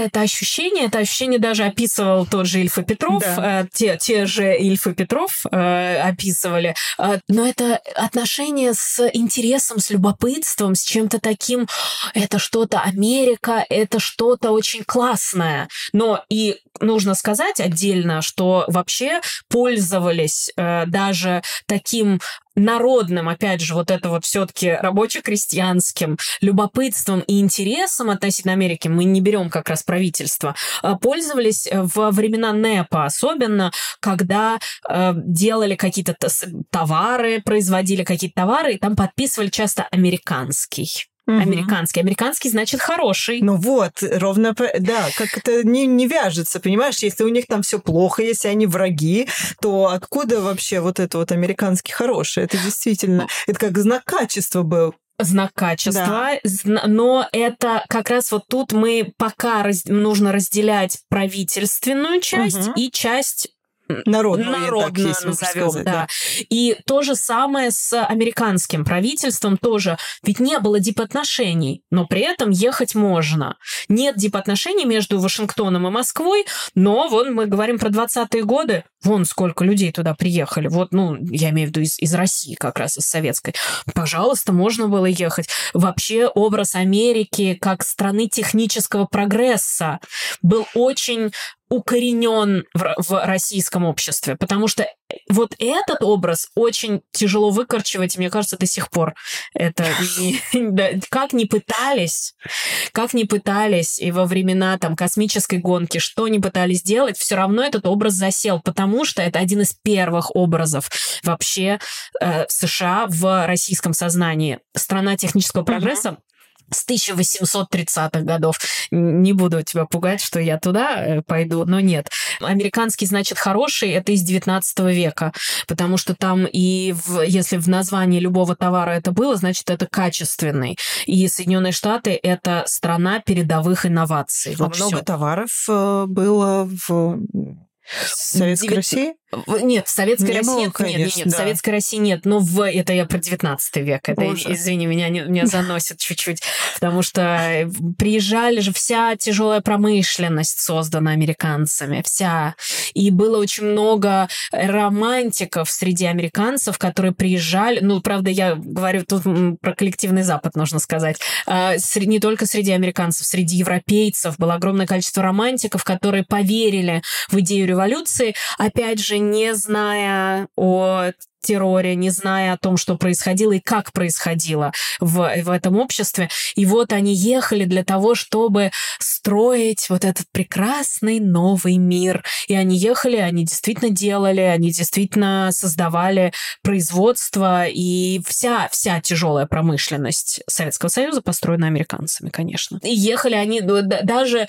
ощущение даже описывал тот же Ильф и Петров, да. те же Ильф и Петров описывали, но это отношение с интересом, с любопытством, с чем-то таким, это что-то Америка, это что-то очень классное. Но и нужно сказать отдельно, что вообще пользовались даже таким народным, опять же, вот это вот все-таки рабоче-крестьянским любопытством и интересом относительно Америки, мы не берем как раз правительство, пользовались во времена НЭПа, особенно когда делали какие-то товары, производили какие-то товары, и там подписывали часто американский. Американский значит хороший. Ровно, да, как это не вяжется, понимаешь? Если у них там все плохо, если они враги, то откуда вообще вот это вот американский хороший? Это действительно, это как знак качества был. Знак качества, да. Но это как раз вот тут мы пока нужно разделять правительственную часть и часть народную назовем, да. И то же самое с американским правительством тоже. Ведь не было дипотношений, но при этом ехать можно. Нет дипотношений между Вашингтоном и Москвой, но мы говорим про 20-е годы, сколько людей туда приехали. Я имею в виду из России, как раз из советской. Пожалуйста, можно было ехать. Вообще образ Америки как страны технического прогресса был очень укоренен в российском обществе, потому что вот этот образ очень тяжело выкорчевать, и мне кажется, до сих пор это как ни пытались, и во времена там космической гонки, что ни пытались делать, все равно этот образ засел, потому что это один из первых образов вообще США в российском сознании. Страна технического прогресса с 1830-х годов. Не буду тебя пугать, что я туда пойду, но нет. Американский, значит, хороший, это из 19 века, потому что там если в названии любого товара это было, значит, это качественный. И Соединенные Штаты — это страна передовых инноваций. Вот много товаров было в Советской России? Нет, в Советской России было, нет, конечно, нет, в Советской России нет. Но это я про 19 век. Это, извини, меня заносит чуть-чуть. Потому что приезжали же, вся тяжелая промышленность создана американцами. Вся. И было очень много романтиков среди американцев, которые приезжали. Ну, правда, я говорю тут про коллективный Запад, нужно сказать. Не только среди американцев, среди европейцев было огромное количество романтиков, которые поверили в идею революции. Опять же, не зная о терроре, не зная о том, что происходило и как происходило в этом обществе. И вот они ехали для того, чтобы строить вот этот прекрасный новый мир. И они ехали, они действительно делали, они действительно создавали производство, и вся тяжелая промышленность Советского Союза построена американцами, конечно. И ехали они, даже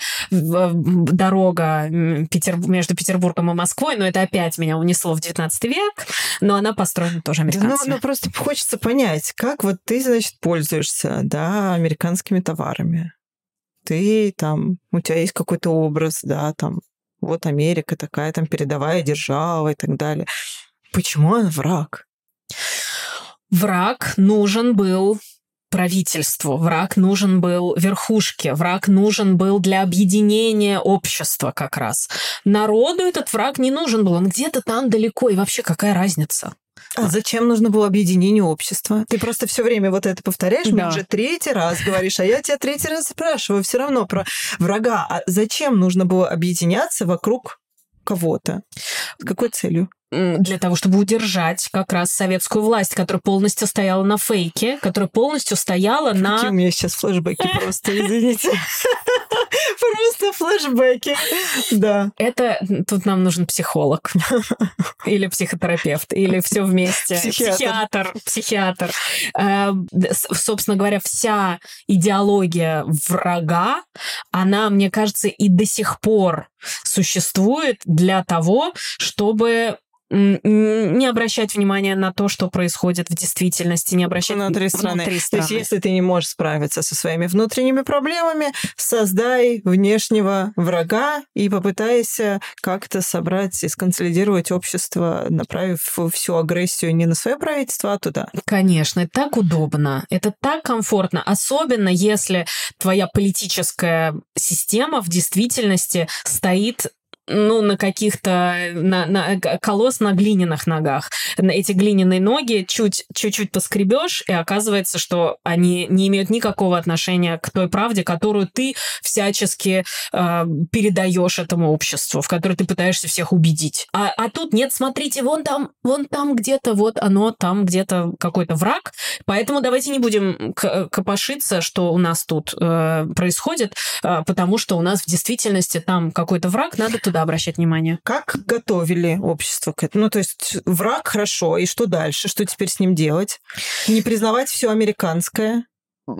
дорога между Петербургом и Москвой, но это опять меня унесло в 19 век, но она построена тоже американцами. Ну, просто хочется понять, как вот ты, значит, пользуешься, да, американскими товарами. Ты там, у тебя есть какой-то образ, да, там, вот Америка такая там передовая держава и так далее. Почему она враг? Враг нужен был правительству, враг нужен был верхушке, враг нужен был для объединения общества как раз. Народу этот враг не нужен был, он где-то там далеко, и вообще какая разница? А зачем нужно было объединение общества? Ты просто все время вот это повторяешь, мне уже третий раз говоришь, а я тебя третий раз спрашиваю все равно про врага. А зачем нужно было объединяться вокруг кого-то? С какой целью? Для того, чтобы удержать как раз советскую власть, которая полностью стояла на фейке, которая полностью стояла на... Какие у меня сейчас флешбеки просто, извините. Просто флешбеки. Да. Это тут нам нужен психолог. Или психотерапевт. Или все вместе. Психиатр. Собственно говоря, вся идеология врага, она, мне кажется, и до сих пор существует для того, чтобы не обращать внимания на то, что происходит в действительности, не обращать внутри страны. То есть, если ты не можешь справиться со своими внутренними проблемами, создай внешнего врага и попытайся как-то собрать и сконсолидировать общество, направив всю агрессию не на свое правительство, а туда. Конечно, это так удобно, это так комфортно, особенно если твоя политическая система в действительности стоит на каких-то колосс на глиняных ногах. Эти глиняные ноги чуть-чуть поскребешь, и оказывается, что они не имеют никакого отношения к той правде, которую ты всячески передаешь этому обществу, в которой ты пытаешься всех убедить. А тут нет, смотрите, вон там где-то, вот оно, там где-то какой-то враг, поэтому давайте не будем копошиться, что у нас тут происходит, потому что у нас в действительности там какой-то враг, надо туда обращать внимание. Как готовили общество к этому? Ну, то есть враг хорошо, и что дальше? Что теперь с ним делать? Не признавать все американское? Вот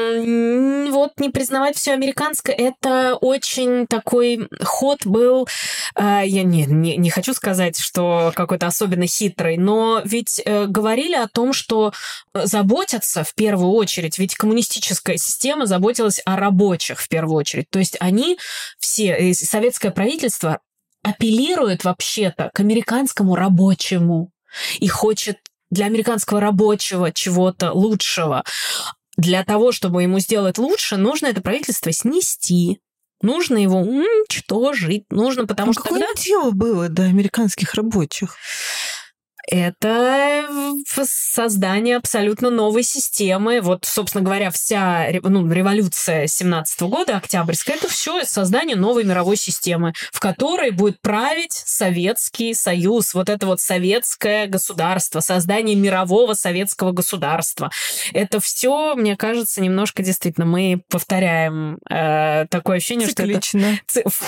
не признавать все американское, это очень такой ход был, я не хочу сказать, что какой-то особенно хитрый, но ведь говорили о том, что заботятся в первую очередь, ведь коммунистическая система заботилась о рабочих в первую очередь, то есть они все, советское правительство апеллирует вообще-то к американскому рабочему и хочет для американского рабочего чего-то лучшего. Для того, чтобы ему сделать лучше, нужно это правительство снести. Нужно его уничтожить. Нужно, потому что какое тогда... дело было до американских рабочих? Это создание абсолютно новой системы. Вот, собственно говоря, вся революция 17 года, Октябрьская, это все создание новой мировой системы, в которой будет править Советский Союз. Вот это вот советское государство, создание мирового советского государства. Это все, мне кажется, немножко действительно мы повторяем такое ощущение, циклично. Что это...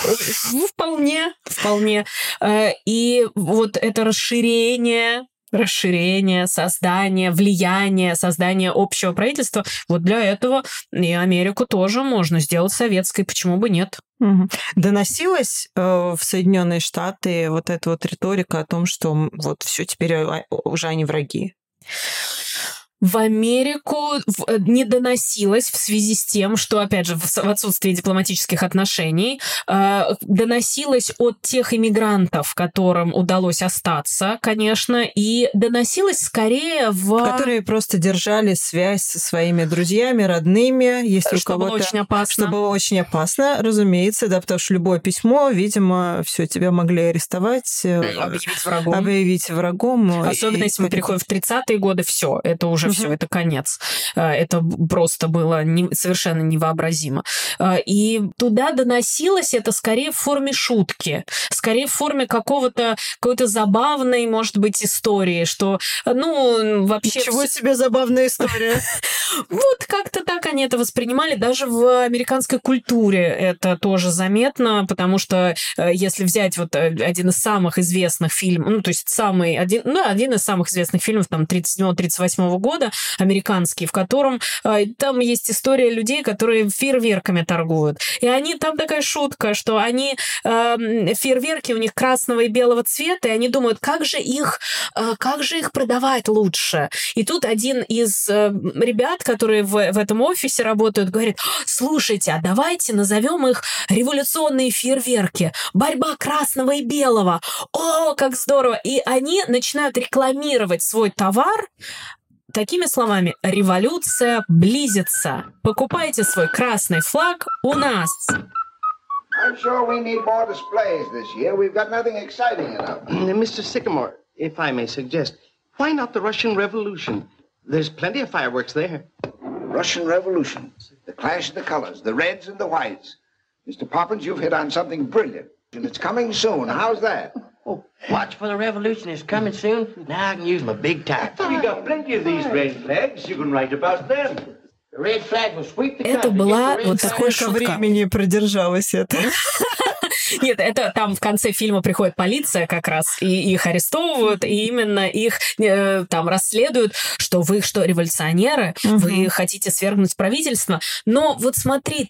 Вполне. И вот это расширение, создание, влияние, создание общего правительства, вот для этого и Америку тоже можно сделать советской, почему бы нет? Доносилась в Соединенные Штаты вот эта вот риторика о том, что вот все теперь уже они враги? В Америку не доносилось в связи с тем, что, опять же, в отсутствии дипломатических отношений, доносилось от тех иммигрантов, которым удалось остаться, конечно, и доносилось скорее Которые просто держали связь со своими друзьями, родными, если что у кого-то... было очень опасно. Что было очень опасно, разумеется, да, потому что любое письмо, видимо, все тебя могли арестовать, объявить врагом. Особенно если мы переходим в 30-е годы, все, это уже все, это конец. Это просто было совершенно невообразимо. И туда доносилось это скорее в форме шутки, скорее в форме какой-то забавной, может быть, истории, что, вообще... Ничего себе забавная история. Вот как-то так они это воспринимали. Даже в американской культуре это тоже заметно, потому что если взять вот один из самых известных фильмов, один из самых известных фильмов там 37-38 года, американский, в котором там есть история людей, которые фейерверками торгуют. И они, там такая шутка, что они, фейерверки у них красного и белого цвета, и они думают, как же их продавать лучше. И тут один из ребят, которые в этом офисе работают, говорит, слушайте, а давайте назовем их революционные фейерверки. Борьба красного и белого. О, как здорово! И они начинают рекламировать свой товар такими словами: «Революция близится. Покупайте свой красный флаг у нас». I'm sure we need more displays this year. We've got nothing exciting enough. Mr. Sycamore, if I may suggest, why not the Russian Revolution? There's plenty of fireworks there. Russian Revolution. The clash of the colors, the reds and the whites. Mr. Poppins, you've hit on something brilliant. And it's coming soon. How's that? Oh, watch for the revolution. It's coming soon. Now I can use my big time. We got plenty of these red flags. You can write about them. The red flag will sweep the Это country. была вот такая Сколько шутка. времени продержалось это? Нет, это там в конце фильма приходит полиция как раз, и их арестовывают, и именно их там расследуют, что вы что, революционеры, вы хотите свергнуть правительство. Но вот смотри,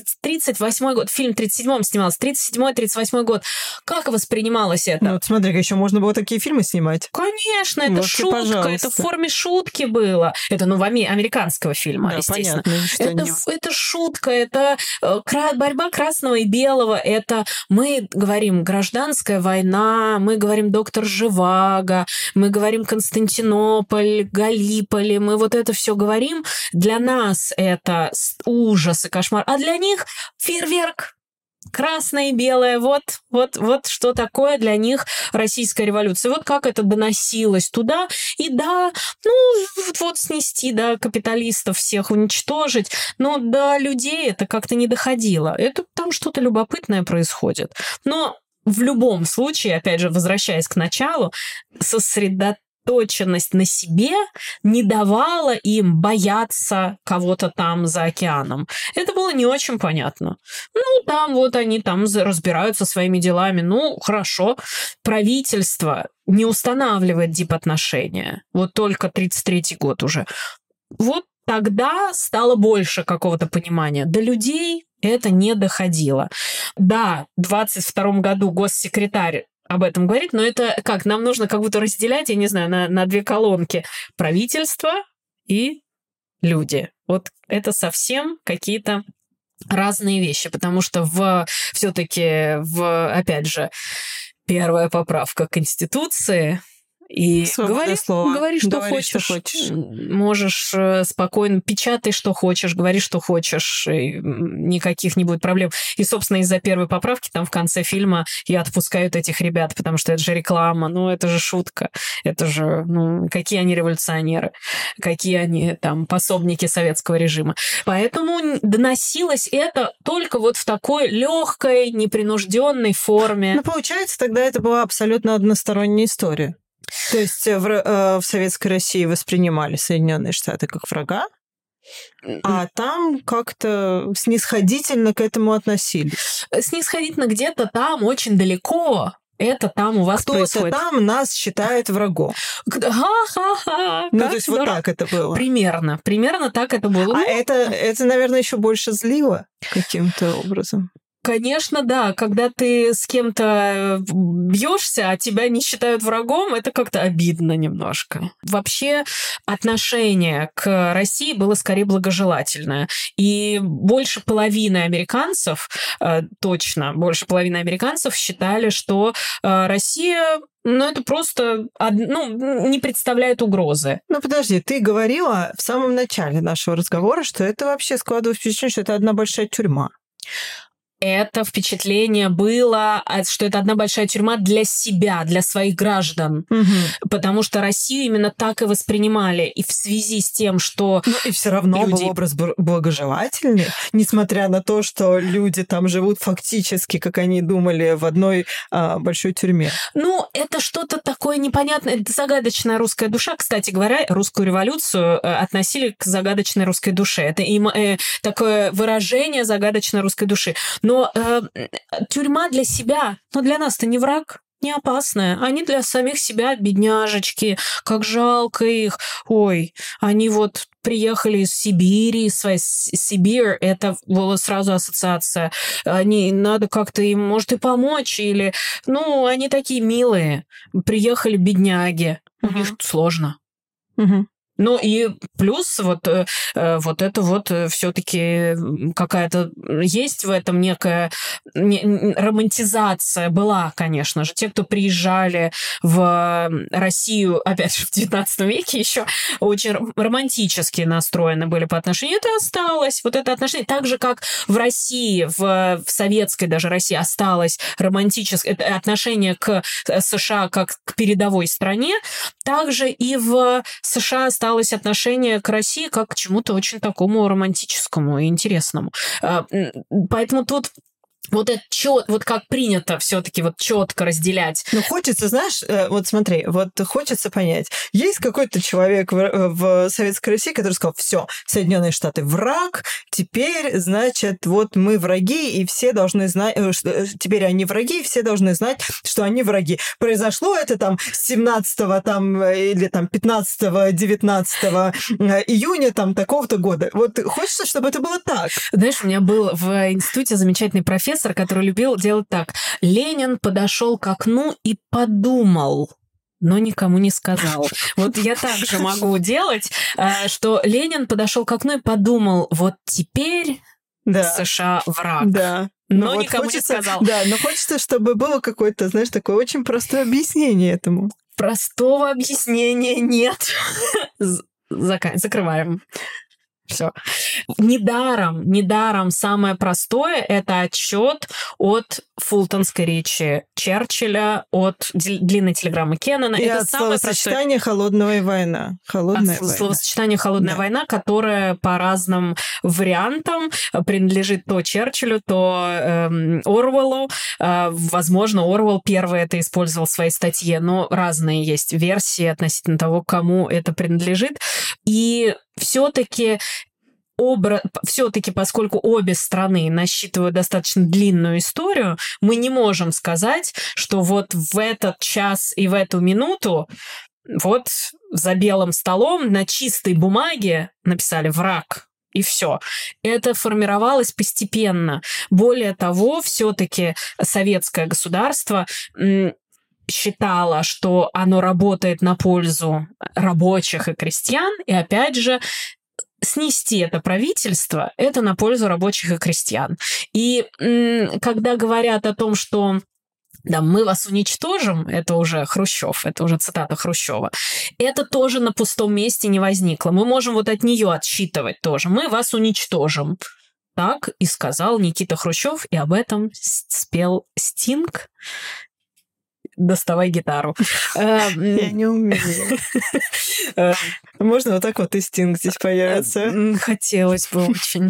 38-й год, фильм в 37-м снимался, 37-38 год, как воспринималось это? Ну, вот смотри, еще можно было такие фильмы снимать. Конечно, это Вот, шутка, пожалуйста. это в форме шутки было. Это, американского фильма, Да, естественно. понятно, Это шутка, это борьба красного и белого, это мы говорим гражданская война, мы говорим доктор Живаго, мы говорим Константинополь, Галлиполи, мы вот это все говорим. Для нас это ужас и кошмар, а для них фейерверк. Красное и белое, вот что такое для них российская революция. Вот как это доносилось туда. И да, вот снести, да, капиталистов всех уничтожить, но до людей это как-то не доходило. Это там что-то любопытное происходит. Но в любом случае, опять же, возвращаясь к началу, сосредоточенность на себе не давала им бояться кого-то там за океаном. Это было не очень понятно. Там вот они там разбираются своими делами. Хорошо. Правительство не устанавливает дипотношения. Вот только 33-й год уже. Вот тогда стало больше какого-то понимания. До людей это не доходило. Да, в 22-м году госсекретарь об этом говорит, но это как? Нам нужно как будто разделять, я не знаю, на две колонки. Правительство и люди. Вот это совсем какие-то разные вещи, потому что все-таки, опять же, первая поправка Конституции И Свобода слова. говори, что Говори, хочешь. что хочешь. Можешь спокойно печатай, что хочешь, говори, что хочешь. И никаких не будет проблем. И, собственно, из-за первой поправки там в конце фильма и отпускают этих ребят, потому что это же реклама, ну, это же шутка. Это же, ну, какие они революционеры, какие они там пособники советского режима. Поэтому доносилось это только вот в такой легкой, непринужденной форме. Ну, получается, тогда это была абсолютно односторонняя история. То есть в Советской России воспринимали Соединенные Штаты как врага, а там как-то снисходительно к этому относились. Снисходительно где-то там, очень далеко. Это там у вас Кто-то происходит. там нас считает врагом. Ха-ха-ха. Ну, как то есть вот здорово. так это было. Примерно так это было. А Ну, это, наверное, еще больше злило каким-то образом. конечно, да. Когда ты с кем-то бьешься, а тебя не считают врагом, это как-то обидно немножко. Вообще отношение к России было скорее благожелательное. И больше половины американцев, точно, больше половины американцев считали, что Россия... Ну, это просто не представляет угрозы. Ну, подожди, ты говорила в самом начале нашего разговора, что это вообще складывает впечатление, что это одна большая тюрьма. Это впечатление было, что это одна большая тюрьма для себя, для своих граждан. Потому что Россию именно так и воспринимали. И в связи с тем, что... Ну, и все равно люди- был образ благожелательный, несмотря на то, что люди там живут фактически, как они думали, в одной большой тюрьме. Ну, это что-то такое непонятное. Это загадочная русская душа. Кстати говоря, русскую революцию относили к загадочной русской душе. Это такое выражение загадочной русской души. Но тюрьма для себя, но для нас-то не враг, не опасная. Они для самих себя бедняжечки, как жалко их. Ой, они вот приехали из Сибири, Сибирь, это была сразу ассоциация. Надо как-то им, может, и помочь, или... Ну, они такие милые. Приехали бедняги. У них сложно. Ну и плюс вот это вот все-таки какая-то есть в этом некая романтизация была, конечно же. Те, кто приезжали в Россию, опять же, в 19 веке еще очень романтически настроены были по отношению. Это осталось. Вот это отношение, так же, как в России, в советской даже России осталось романтическое отношение к США как к передовой стране, также и в США осталось отношение к России как к чему-то очень такому романтическому и интересному. Поэтому тут вот это вот как принято все-таки вот четко разделять. Ну, хочется, знаешь, вот смотри, вот хочется понять. Есть какой-то человек в Советской России, который сказал: все, Соединенные Штаты враг, теперь, значит, вот мы враги, и все должны знать, теперь они враги, и все должны знать, что они враги. Произошло это там 17 там, или там 15-19 июня там такого-то года. Вот хочется, чтобы это было так. Знаешь, у меня был в институте замечательный профессор, который любил делать так. Ленин подошел к окну и подумал, но никому не сказал. Вот я также могу делать, что Ленин подошел к окну и подумал, вот теперь США враг. Да. Но вот никому не сказал. Да, но хочется, чтобы было какое-то, знаешь, такое очень простое объяснение этому. Простого объяснения нет. Закрываем. Все. Недаром самое простое – это отчет от фултонской речи Черчилля, от длинной телеграммы Кеннона. И это от самое словосочетания «холодная война». Словосочетание «холодная война», которое по разным вариантам принадлежит то Черчиллю, то Оруэллу. Возможно, Оруэлл первый это использовал в своей статье, но разные есть версии относительно того, кому это принадлежит. И все-таки, поскольку обе страны насчитывают достаточно длинную историю, мы не можем сказать, что вот в этот час и в эту минуту вот за белым столом на чистой бумаге написали «враг». И все. Это формировалось постепенно. Более того, все-таки советское государство считало, что оно работает на пользу рабочих и крестьян, и опять же, снести это правительство, это на пользу рабочих и крестьян. И когда говорят о том, что да, мы вас уничтожим, это уже Хрущев, это уже цитата Хрущева, это тоже на пустом месте не возникло. Мы можем вот от нее отсчитывать тоже. Мы вас уничтожим. Так и сказал Никита Хрущев, и об этом спел Стинг. Доставай гитару. Я не умею. Можно вот так вот и Стинг здесь появится? Хотелось бы очень.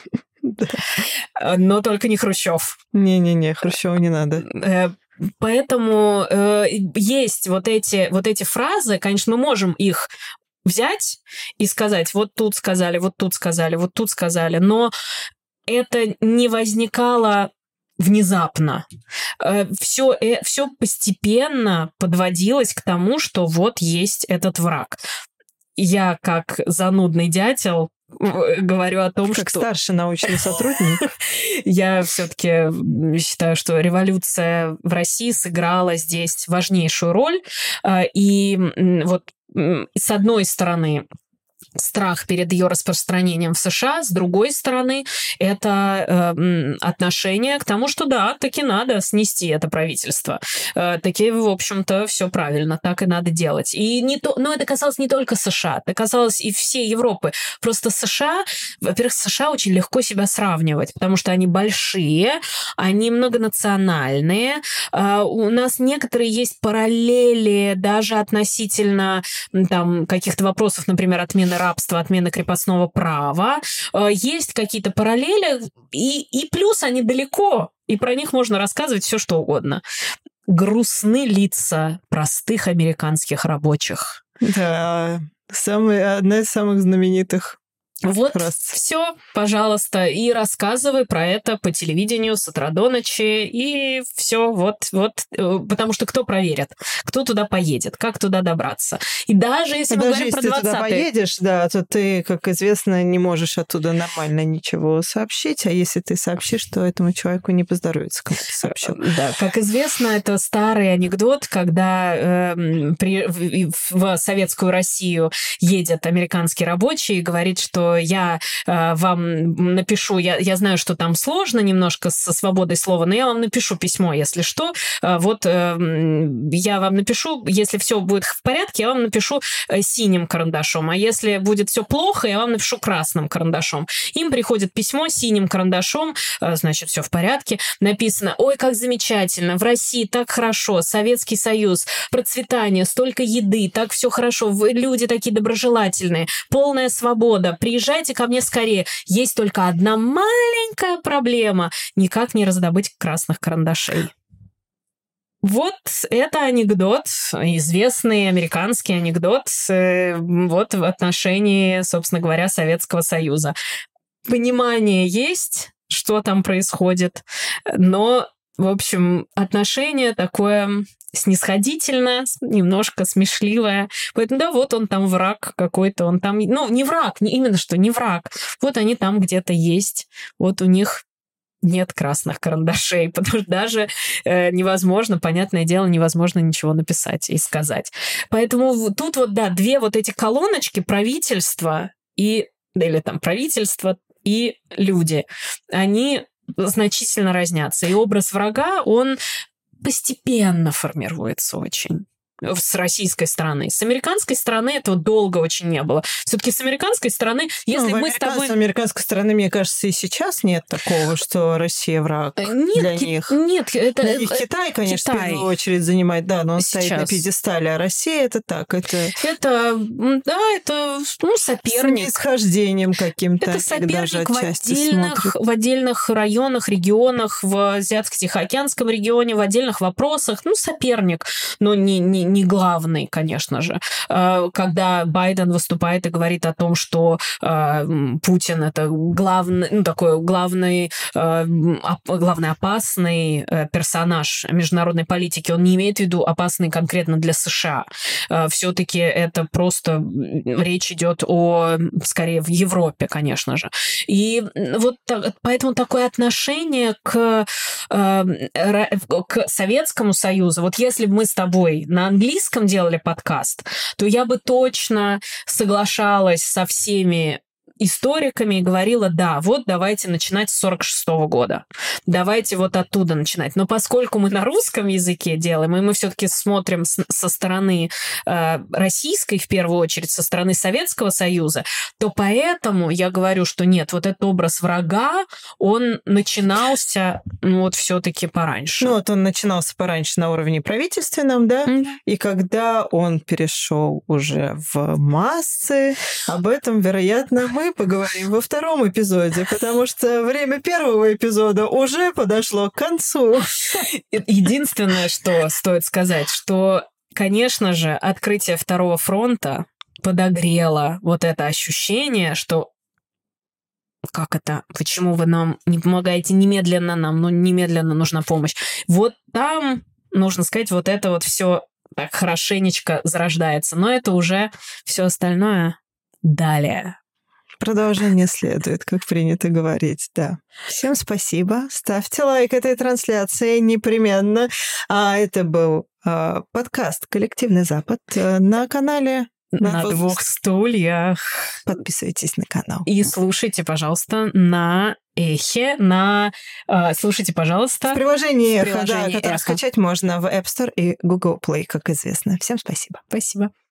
Но только не Хрущев. Не-не-не, Хрущеву не надо. Поэтому есть вот эти фразы, конечно, мы можем их взять и сказать, вот тут сказали, вот тут сказали, вот тут сказали, но это не возникало внезапно. Все постепенно подводилось к тому, что вот есть этот враг. Я, как занудный дятел, говорю о том, как что... старший научный сотрудник. Я все-таки считаю, что революция в России сыграла здесь важнейшую роль. И вот с одной стороны, страх перед ее распространением в США, с другой стороны, это отношение к тому, что да, таки надо снести это правительство. Таки, в общем-то, все правильно, так и надо делать. Но это касалось не только США, это касалось и всей Европы. Просто США, во-первых, США очень легко себя сравнивать, потому что они большие, они многонациональные. У нас некоторые есть параллели даже относительно там каких-то вопросов, например, отмены рабства, отмены крепостного права. Есть какие-то параллели, и плюс они далеко, и про них можно рассказывать все что угодно. Грустны лица простых американских рабочих. Да, одна из самых знаменитых. Вот все, пожалуйста, и рассказывай про это по телевидению с утра до ночи, и все, вот, потому что кто проверит, кто туда поедет, как туда добраться. И даже если мы говорим про 20-е... Если ты туда поедешь, да, то ты, как известно, не можешь оттуда нормально ничего сообщить, а если ты сообщишь, то этому человеку не поздоровится, кому ты сообщил. Да, как известно, это старый анекдот, когда в советскую Россию едет американский рабочий и говорит, что я вам напишу, я знаю, что там сложно немножко со свободой слова, но я вам напишу письмо, если что. Вот я вам напишу, если все будет в порядке, я вам напишу синим карандашом, а если будет все плохо, я вам напишу красным карандашом. Им приходит письмо синим карандашом, значит, все в порядке. Написано: ой, как замечательно, в России так хорошо, Советский Союз, процветание, столько еды, так все хорошо, вы люди такие доброжелательные, полная свобода, приезжайте ко мне скорее. Есть только одна маленькая проблема. Никак не раздобыть красных карандашей. Вот это анекдот, известный американский анекдот вот в отношении, собственно говоря, Советского Союза. Понимание есть, что там происходит, но, в общем, отношение такое снисходительное, немножко смешливое. Поэтому, да, вот он там враг какой-то, он там... Ну, не враг, именно что не враг. Вот они там где-то есть, вот у них нет красных карандашей, потому что даже невозможно, понятное дело, невозможно ничего написать и сказать. Поэтому тут вот, да, две вот эти колоночки: правительство или там правительство и люди, они значительно разнятся. И образ врага, он постепенно формируется очень. С российской стороны. С американской стороны этого долго очень не было. Все-таки с американской стороны, если мы с тобой... С американской стороны, мне кажется, и сейчас нет такого, что Россия враг для них. Нет, это... Для них Китай, конечно, в первую очередь занимает, да, но он стоит на пьедестале, а Россия это так, это соперник. С нисхождением каким-то. Это соперник в отдельных районах, регионах, в Азиатско-Тихоокеанском регионе, в отдельных вопросах. Соперник, но не главный, конечно же. Когда Байден выступает и говорит о том, что Путин это главный опасный персонаж международной политики, он не имеет в виду опасный конкретно для США. Все-таки это просто речь идет скорее в Европе, конечно же. И вот поэтому такое отношение к Советскому Союзу, вот если бы мы с тобой на английском делали подкаст, то я бы точно соглашалась со всеми историками и говорила, да, вот давайте начинать с 46-го года. Давайте вот оттуда начинать. Но поскольку мы на русском языке делаем, и мы все-таки смотрим со стороны российской, в первую очередь, со стороны Советского Союза, то поэтому я говорю, что нет, вот этот образ врага, он начинался, ну, вот все-таки пораньше. Ну, вот он начинался пораньше на уровне правительственном, да, и когда он перешел уже в массы, об этом, вероятно, мы поговорим во втором эпизоде, потому что время первого эпизода уже подошло к концу. Единственное, что стоит сказать, что, конечно же, открытие Второго фронта подогрело вот это ощущение, что как это? Почему вы нам не помогаете немедленно нам? Ну, немедленно нужна помощь. Вот там, нужно сказать, вот это вот все так хорошенечко зарождается. Но это уже все остальное далее. Продолжение следует, как принято говорить, да. Всем спасибо. Ставьте лайк этой трансляции непременно. А это был подкаст «Коллективный Запад» на канале На двух стульях. Подписывайтесь на канал. И слушайте, пожалуйста, на Эхе, слушайте, пожалуйста. В приложении Эхо, да, приложении которое Эхо. скачать можно в App Store и Google Play, как известно. Всем спасибо. Спасибо.